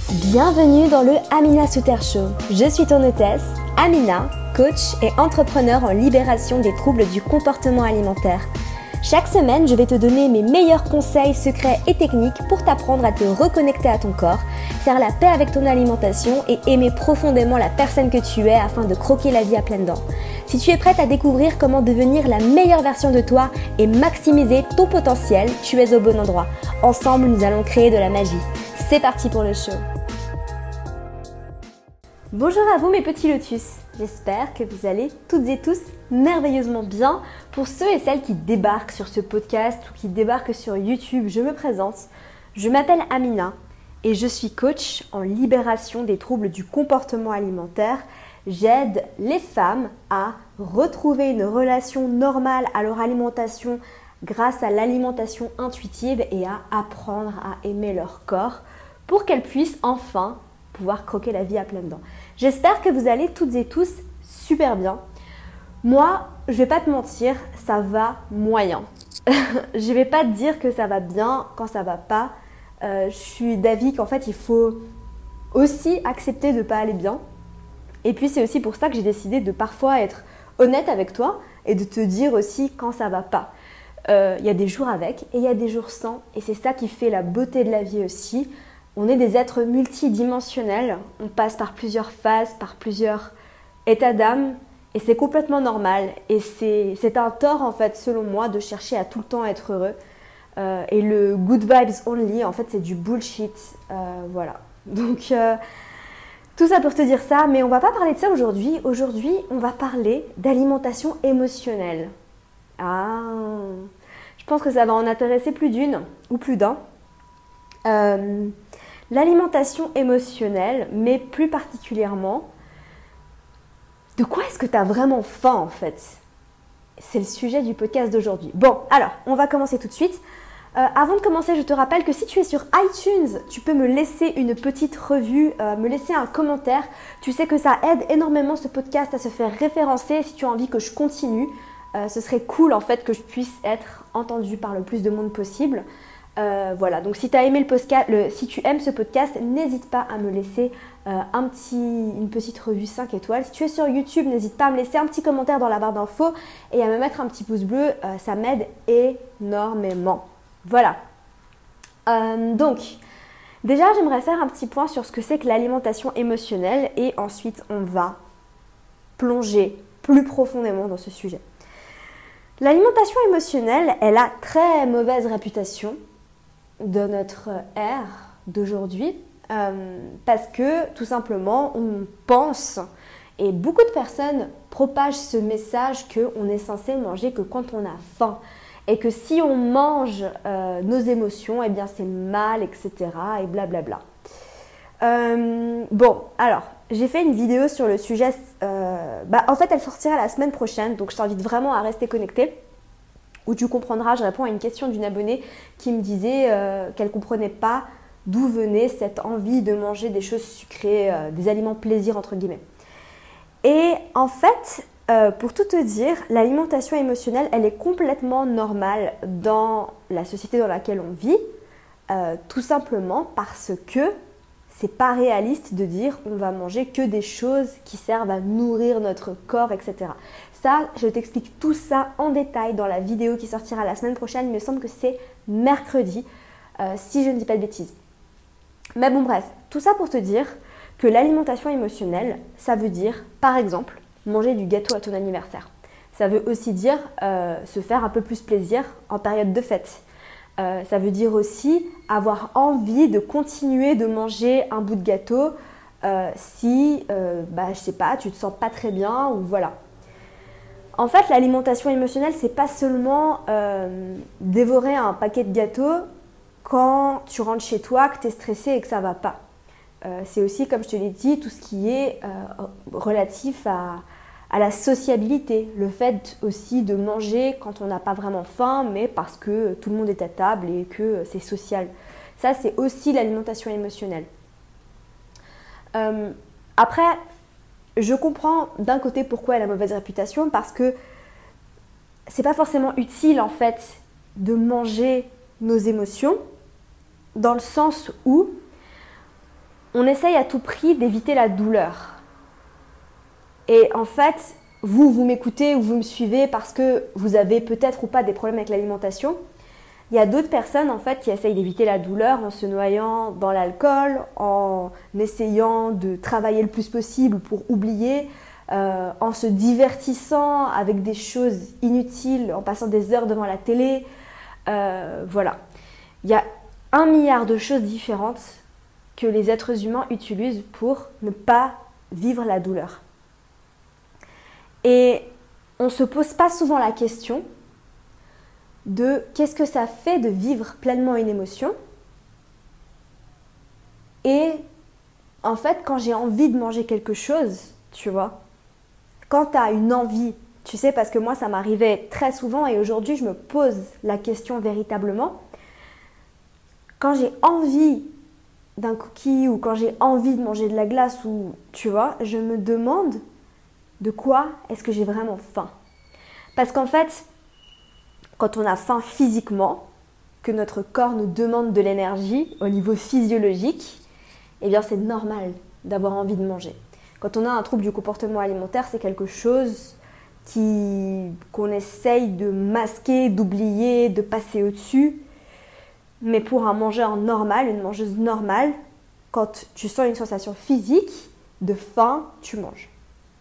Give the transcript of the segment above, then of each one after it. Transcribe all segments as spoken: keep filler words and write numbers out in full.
Bienvenue dans le Amina Souter Show. Je suis ton hôtesse, Amina, coach et entrepreneur en libération des troubles du comportement alimentaire. Chaque semaine, je vais te donner mes meilleurs conseils, secrets et techniques pour t'apprendre à te reconnecter à ton corps, faire la paix avec ton alimentation et aimer profondément la personne que tu es afin de croquer la vie à pleines dents. Si tu es prête à découvrir comment devenir la meilleure version de toi et maximiser ton potentiel, tu es au bon endroit. Ensemble, nous allons créer de la magie. C'est parti pour le show. Bonjour à vous mes petits lotus, j'espère que vous allez toutes et tous merveilleusement bien. Pour ceux et celles qui débarquent sur ce podcast ou qui débarquent sur YouTube, je me présente. Je m'appelle Amina et je suis coach en libération des troubles du comportement alimentaire. J'aide les femmes à retrouver une relation normale à leur alimentation grâce à l'alimentation intuitive et à apprendre à aimer leur corps pour qu'elles puissent enfin pouvoir croquer la vie à pleines dents. J'espère que vous allez toutes et tous super bien. Moi, je vais pas te mentir, ça va moyen. Je vais pas te dire que ça va bien quand ça va pas. Euh, je suis d'avis qu'en fait, il faut aussi accepter de pas aller bien. Et puis, c'est aussi pour ça que j'ai décidé de parfois être honnête avec toi et de te dire aussi quand ça va pas. Il euh, y a des jours avec et il y a des jours sans. Et c'est ça qui fait la beauté de la vie aussi. On est des êtres multidimensionnels, on passe par plusieurs phases, par plusieurs états d'âme et c'est complètement normal. Et c'est, c'est un tort en fait selon moi de chercher à tout le temps être heureux. Euh, et le good vibes only en fait c'est du bullshit. Euh, voilà. Donc euh, tout ça pour te dire ça, mais on va pas parler de ça aujourd'hui. Aujourd'hui on va parler d'alimentation émotionnelle. Ah, je pense que ça va en intéresser plus d'une ou plus d'un. Euh, L'alimentation émotionnelle, mais plus particulièrement, de quoi est-ce que tu as vraiment faim en fait? C'est le sujet du podcast d'aujourd'hui. Bon, alors, on va commencer tout de suite. Euh, avant de commencer, je te rappelle que si tu es sur iTunes, tu peux me laisser une petite revue, euh, me laisser un commentaire. Tu sais que ça aide énormément ce podcast à se faire référencer. Si tu as envie que je continue, euh, ce serait cool en fait que je puisse être entendue par le plus de monde possible. Euh, voilà, donc si, t'as aimé le podcast, le, si tu aimes ce podcast, n'hésite pas à me laisser euh, un petit, une petite revue cinq étoiles. Si tu es sur YouTube, n'hésite pas à me laisser un petit commentaire dans la barre d'infos et à me mettre un petit pouce bleu, euh, ça m'aide énormément. Voilà. Euh, donc, déjà j'aimerais faire un petit point sur ce que c'est que l'alimentation émotionnelle et ensuite on va plonger plus profondément dans ce sujet. L'alimentation émotionnelle, elle a très mauvaise réputation de notre ère d'aujourd'hui euh, parce que tout simplement on pense et beaucoup de personnes propagent ce message qu'on est censé manger que quand on a faim et que si on mange euh, nos émotions, eh bien c'est mal, et cetera et blablabla. Euh, bon, alors j'ai fait une vidéo sur le sujet, euh, bah, en fait elle sortira la semaine prochaine, donc je t'invite vraiment à rester connecté. Où tu comprendras, je réponds à une question d'une abonnée qui me disait euh, qu'elle ne comprenait pas d'où venait cette envie de manger des choses sucrées, euh, des aliments plaisir entre guillemets. Et en fait, euh, pour tout te dire, l'alimentation émotionnelle, elle est complètement normale dans la société dans laquelle on vit, euh, tout simplement parce que c'est pas réaliste de dire on va manger que des choses qui servent à nourrir notre corps, et cetera. Ça, je t'explique tout ça en détail dans la vidéo qui sortira la semaine prochaine. Il me semble que c'est mercredi, euh, si je ne dis pas de bêtises. Mais bon, bref, tout ça pour te dire que l'alimentation émotionnelle, ça veut dire, par exemple, manger du gâteau à ton anniversaire. Ça veut aussi dire euh, se faire un peu plus plaisir en période de fête. Euh, ça veut dire aussi avoir envie de continuer de manger un bout de gâteau euh, si, euh, bah, je sais pas, tu te sens pas très bien ou voilà. En fait, l'alimentation émotionnelle, c'est pas seulement euh, dévorer un paquet de gâteaux quand tu rentres chez toi, que tu es stressé et que ça va pas. Euh, c'est aussi, comme je te l'ai dit, tout ce qui est euh, relatif à, à la sociabilité. Le fait aussi de manger quand on n'a pas vraiment faim, mais parce que tout le monde est à table et que c'est social. Ça, c'est aussi l'alimentation émotionnelle. Euh, après, je comprends d'un côté pourquoi elle a mauvaise réputation, parce que c'est pas forcément utile en fait de manger nos émotions, dans le sens où on essaye à tout prix d'éviter la douleur. Et en fait, vous, vous m'écoutez ou vous me suivez parce que vous avez peut-être ou pas des problèmes avec l'alimentation. Il y a d'autres personnes en fait qui essayent d'éviter la douleur en se noyant dans l'alcool, en essayant de travailler le plus possible pour oublier, euh, en se divertissant avec des choses inutiles, en passant des heures devant la télé. Euh, voilà. Il y a un milliard de choses différentes que les êtres humains utilisent pour ne pas vivre la douleur. Et on ne se pose pas souvent la question de qu'est-ce que ça fait de vivre pleinement une émotion. Et en fait, quand j'ai envie de manger quelque chose, tu vois, quand tu as une envie, tu sais, parce que moi ça m'arrivait très souvent et aujourd'hui je me pose la question véritablement, quand j'ai envie d'un cookie ou quand j'ai envie de manger de la glace ou tu vois, je me demande de quoi est-ce que j'ai vraiment faim. Parce qu'en fait, quand on a faim physiquement, que notre corps nous demande de l'énergie au niveau physiologique, eh bien c'est normal d'avoir envie de manger. Quand on a un trouble du comportement alimentaire, c'est quelque chose qui, qu'on essaye de masquer, d'oublier, de passer au-dessus. Mais pour un mangeur normal, une mangeuse normale, quand tu sens une sensation physique de faim, tu manges.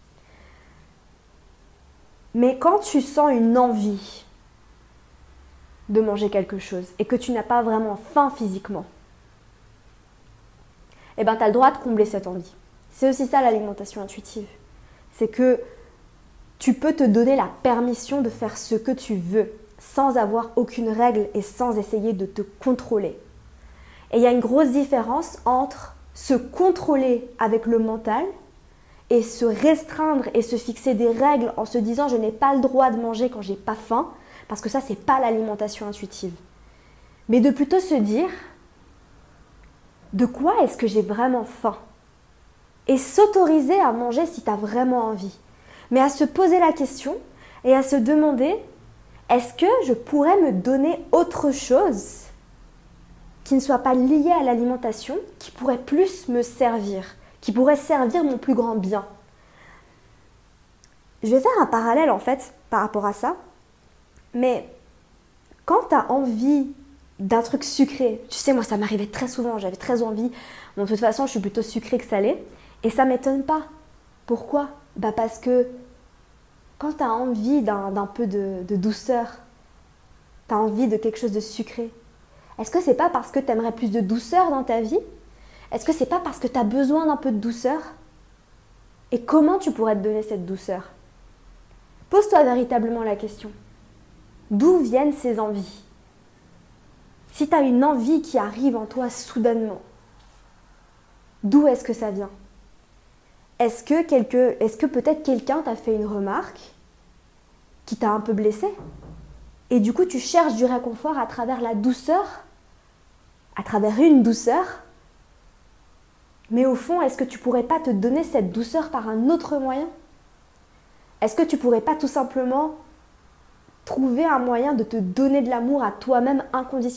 Mais quand tu sens une envie de manger quelque chose et que tu n'as pas vraiment faim physiquement, eh ben, tu as le droit de combler cette envie. C'est aussi ça l'alimentation intuitive. C'est que tu peux te donner la permission de faire ce que tu veux sans avoir aucune règle et sans essayer de te contrôler. Et il y a une grosse différence entre se contrôler avec le mental et se restreindre et se fixer des règles en se disant je n'ai pas le droit de manger quand j'ai pas faim, parce que ça c'est pas l'alimentation intuitive. Mais de plutôt se dire de quoi est-ce que j'ai vraiment faim et s'autoriser à manger si tu as vraiment envie. Mais à se poser la question et à se demander est-ce que je pourrais me donner autre chose qui ne soit pas lié à l'alimentation, qui pourrait plus me servir, qui pourrait servir mon plus grand bien. Je vais faire un parallèle en fait par rapport à ça, mais quand tu as envie d'un truc sucré, tu sais moi ça m'arrivait très souvent, j'avais très envie, bon, de toute façon je suis plutôt sucrée que salée, et ça ne m'étonne pas. Pourquoi ? Bah parce que quand tu as envie d'un, d'un peu de, de douceur, tu as envie de quelque chose de sucré, est-ce que c'est pas parce que tu aimerais plus de douceur dans ta vie ? Est-ce que c'est pas parce que tu as besoin d'un peu de douceur ? Et comment tu pourrais te donner cette douceur ? Pose-toi véritablement la question. D'où viennent ces envies ? Si tu as une envie qui arrive en toi soudainement, d'où est-ce que ça vient ? Est-ce que, quelque, est-ce que peut-être quelqu'un t'a fait une remarque qui t'a un peu blessé ? Et du coup, tu cherches du réconfort à travers la douceur, à travers une douceur. Mais au fond, est-ce que tu pourrais pas te donner cette douceur par un autre moyen ? Est-ce que tu pourrais pas tout simplement trouver un moyen de te donner de l'amour à toi-même inconditionnellement ?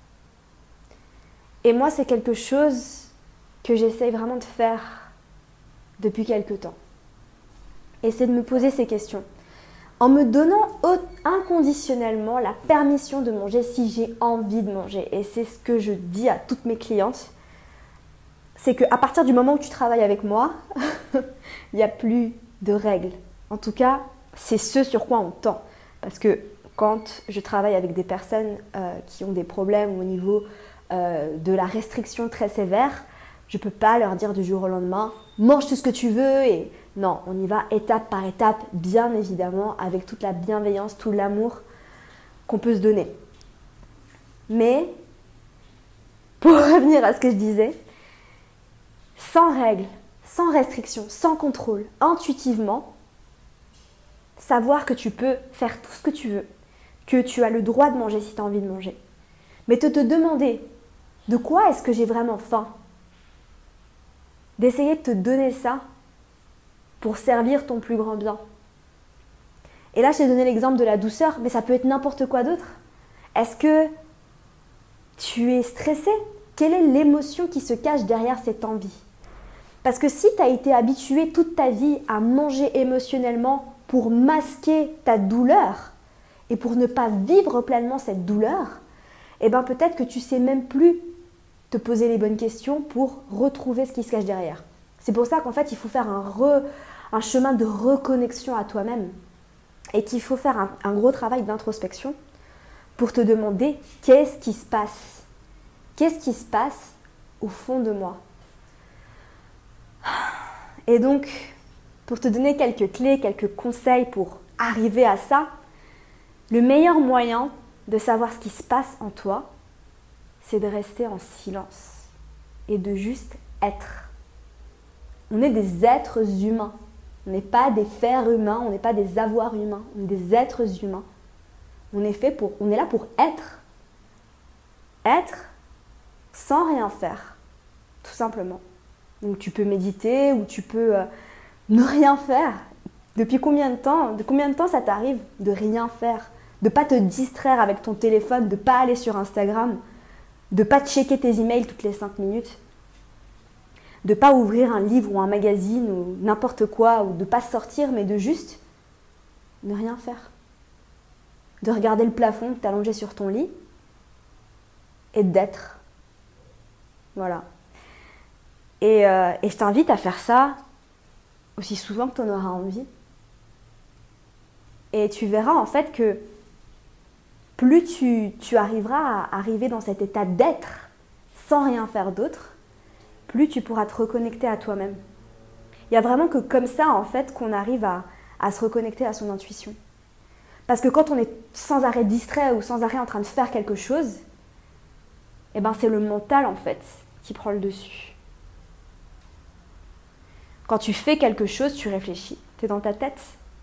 Et moi, c'est quelque chose que j'essaye vraiment de faire depuis quelque temps. Et c'est de me poser ces questions. En me donnant inconditionnellement la permission de manger si j'ai envie de manger. Et c'est ce que je dis à toutes mes clientes. C'est qu'à partir du moment où tu travailles avec moi, il n'y a plus de règles. En tout cas, c'est ce sur quoi on tend. Parce que quand je travaille avec des personnes euh, qui ont des problèmes au niveau euh, de la restriction très sévère, je ne peux pas leur dire du jour au lendemain « mange tout ce que tu veux » et non, on y va étape par étape, bien évidemment, avec toute la bienveillance, tout l'amour qu'on peut se donner. Mais, pour revenir à ce que je disais, sans règles, sans restrictions, sans contrôle, intuitivement, savoir que tu peux faire tout ce que tu veux, que tu as le droit de manger si tu as envie de manger. Mais te te demander de quoi est-ce que j'ai vraiment faim ? D'essayer de te donner ça pour servir ton plus grand bien. Et là, je t'ai donné l'exemple de la douceur, mais ça peut être n'importe quoi d'autre. Est-ce que tu es stressé ? Quelle est l'émotion qui se cache derrière cette envie? Parce que si tu as été habitué toute ta vie à manger émotionnellement pour masquer ta douleur et pour ne pas vivre pleinement cette douleur, eh bien peut-être que tu ne sais même plus te poser les bonnes questions pour retrouver ce qui se cache derrière. C'est pour ça qu'en fait, il faut faire un, re, un chemin de reconnexion à toi-même et qu'il faut faire un, un gros travail d'introspection pour te demander qu'est-ce qui se passe? Qu'est-ce qui se passe au fond de moi? Et donc, pour te donner quelques clés, quelques conseils pour arriver à ça, le meilleur moyen de savoir ce qui se passe en toi, c'est de rester en silence et de juste être. On est des êtres humains. On n'est pas des fers humains, on n'est pas des avoirs humains, on est des êtres humains. On est fait pour, on est là pour être. Être sans rien faire, tout simplement. Donc tu peux méditer ou tu peux euh, ne rien faire. Depuis combien de temps, de combien de temps ça t'arrive de rien faire? De ne pas te distraire avec ton téléphone, de ne pas aller sur Instagram, de ne pas checker tes emails toutes les cinq minutes, de ne pas ouvrir un livre ou un magazine ou n'importe quoi, ou de ne pas sortir, mais de juste ne rien faire. De regarder le plafond, t'allonger sur ton lit et d'être. Voilà. Et, euh, et je t'invite à faire ça aussi souvent que tu en auras envie. Et tu verras en fait que plus tu, tu arriveras à arriver dans cet état d'être sans rien faire d'autre, plus tu pourras te reconnecter à toi-même. Il n'y a vraiment que comme ça en fait qu'on arrive à, à se reconnecter à son intuition. Parce que quand on est sans arrêt distrait ou sans arrêt en train de faire quelque chose, eh ben c'est le mental en fait qui prend le dessus. Quand tu fais quelque chose, tu réfléchis, tu es dans ta tête.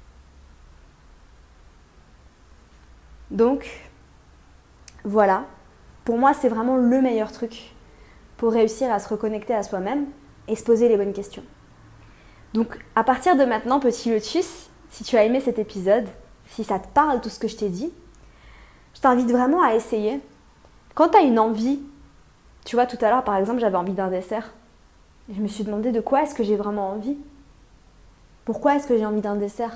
Donc, voilà, pour moi c'est vraiment le meilleur truc pour réussir à se reconnecter à soi-même et se poser les bonnes questions. Donc, à partir de maintenant, petit lotus, si tu as aimé cet épisode, si ça te parle tout ce que je t'ai dit, je t'invite vraiment à essayer. Quand tu as une envie, tu vois tout à l'heure par exemple j'avais envie d'un dessert, et je me suis demandé de quoi est-ce que j'ai vraiment envie? Pourquoi est-ce que j'ai envie d'un dessert?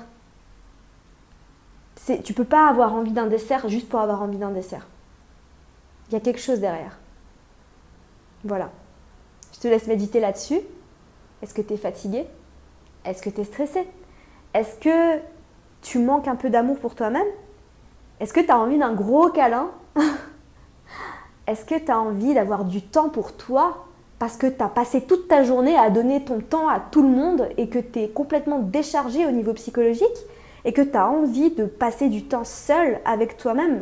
C'est, tu ne peux pas avoir envie d'un dessert juste pour avoir envie d'un dessert. Il y a quelque chose derrière. Voilà. Je te laisse méditer là-dessus. Est-ce que tu es fatigué? Est-ce que tu es stressé? Est-ce que tu manques un peu d'amour pour toi-même? Est-ce que tu as envie d'un gros câlin? Est-ce que tu as envie d'avoir du temps pour toi parce que tu as passé toute ta journée à donner ton temps à tout le monde et que tu es complètement déchargé au niveau psychologique et que tu as envie de passer du temps seul avec toi-même?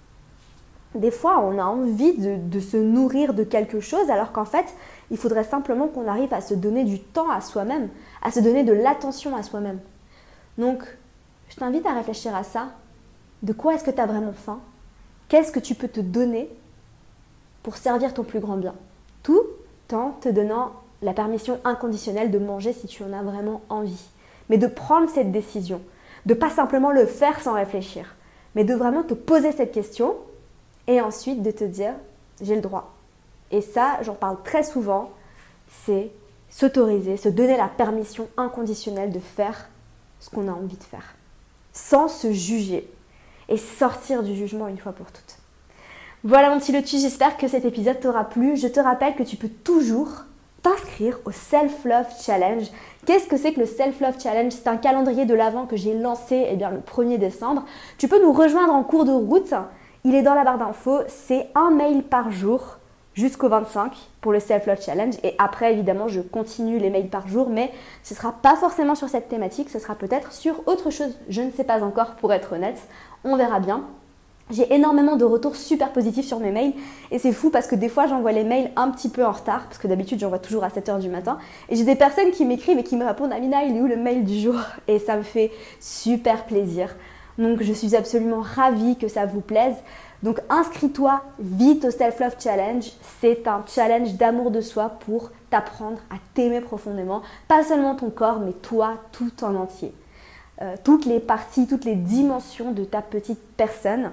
Des fois, on a envie de, de se nourrir de quelque chose alors qu'en fait, il faudrait simplement qu'on arrive à se donner du temps à soi-même, à se donner de l'attention à soi-même. Donc, je t'invite à réfléchir à ça. De quoi est-ce que tu as vraiment faim? Qu'est-ce que tu peux te donner pour servir ton plus grand bien? Tout en te donnant la permission inconditionnelle de manger si tu en as vraiment envie. Mais de prendre cette décision. De pas simplement le faire sans réfléchir. Mais de vraiment te poser cette question et ensuite de te dire « j'ai le droit ». Et ça, j'en parle très souvent, c'est s'autoriser, se donner la permission inconditionnelle de faire ce qu'on a envie de faire. Sans se juger et sortir du jugement une fois pour toutes. Voilà mon petit lotus, j'espère que cet épisode t'aura plu. Je te rappelle que tu peux toujours t'inscrire au Self-Love Challenge. Qu'est-ce que c'est que le Self-Love Challenge? C'est un calendrier de l'Avent que j'ai lancé eh bien, le premier décembre. Tu peux nous rejoindre en cours de route. Il est dans la barre d'infos. C'est un mail par jour jusqu'au vingt-cinq pour le Self-Love Challenge. Et après, évidemment, je continue les mails par jour, mais ce ne sera pas forcément sur cette thématique. Ce sera peut-être sur autre chose. Je ne sais pas encore, pour être honnête. On verra bien. J'ai énormément de retours super positifs sur mes mails et c'est fou parce que des fois j'envoie les mails un petit peu en retard parce que d'habitude j'envoie toujours à sept heures du matin et j'ai des personnes qui m'écrivent et qui me répondent « Amina, il est où le mail du jour ?» et ça me fait super plaisir. Donc je suis absolument ravie que ça vous plaise. Donc inscris-toi vite au Self-Love Challenge. C'est un challenge d'amour de soi pour t'apprendre à t'aimer profondément. Pas seulement ton corps mais toi tout en entier. Euh, toutes les parties, toutes les dimensions de ta petite personne.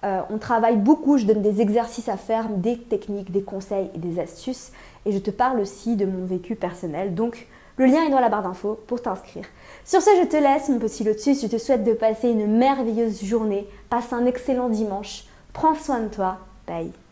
Euh, on travaille beaucoup, je donne des exercices à faire, des techniques, des conseils et des astuces. Et je te parle aussi de mon vécu personnel. Donc, le lien est dans la barre d'infos pour t'inscrire. Sur ce, je te laisse, mon petit lotus. Je te souhaite de passer une merveilleuse journée. Passe un excellent dimanche. Prends soin de toi. Bye.